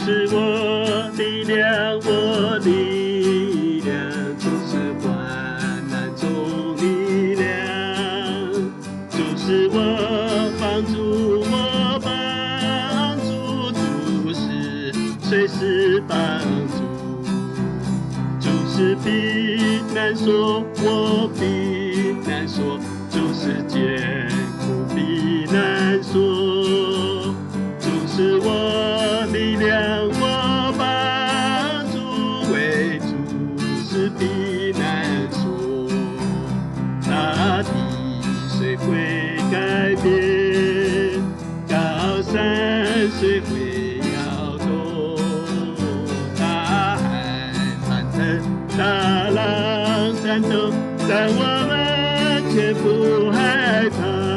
是我力量，我力量，主是患难中力量，主是我帮助，我帮助，主是随时帮助，主是避难所，我避难所，主是艰苦避难所，主是我力量，我帮助，为主是避难所。大地虽会改变，高山虽会摇动，大海翻腾，大浪闪动，但我们却不害怕。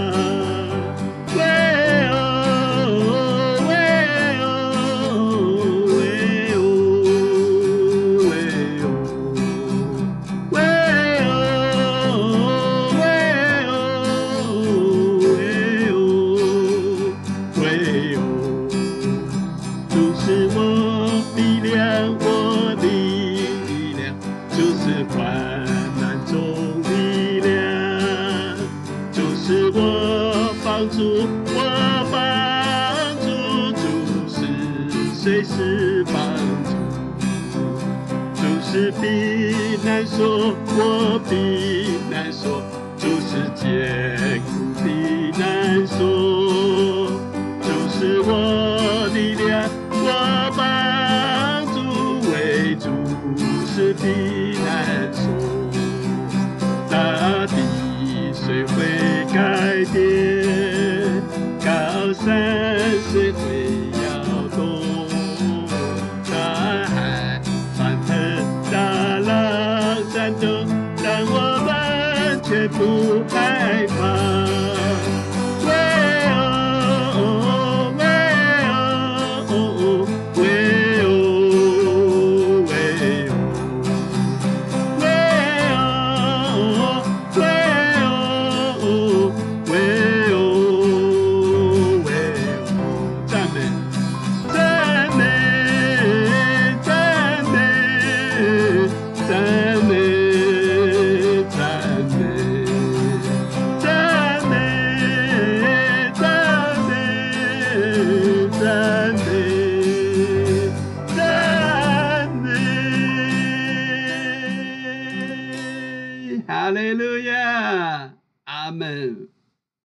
主是我力量，我力量，就是患难中力量，就是我帮助，我帮助，主是随时帮助，主是避难所，我避难所，主是艰苦避难所，主是我力量，我帮助，为主是避难所。大地虽会改变，高山虽会摇动，大海翻腾，大浪闪动，但我们却不害怕。哈利路亚，阿门。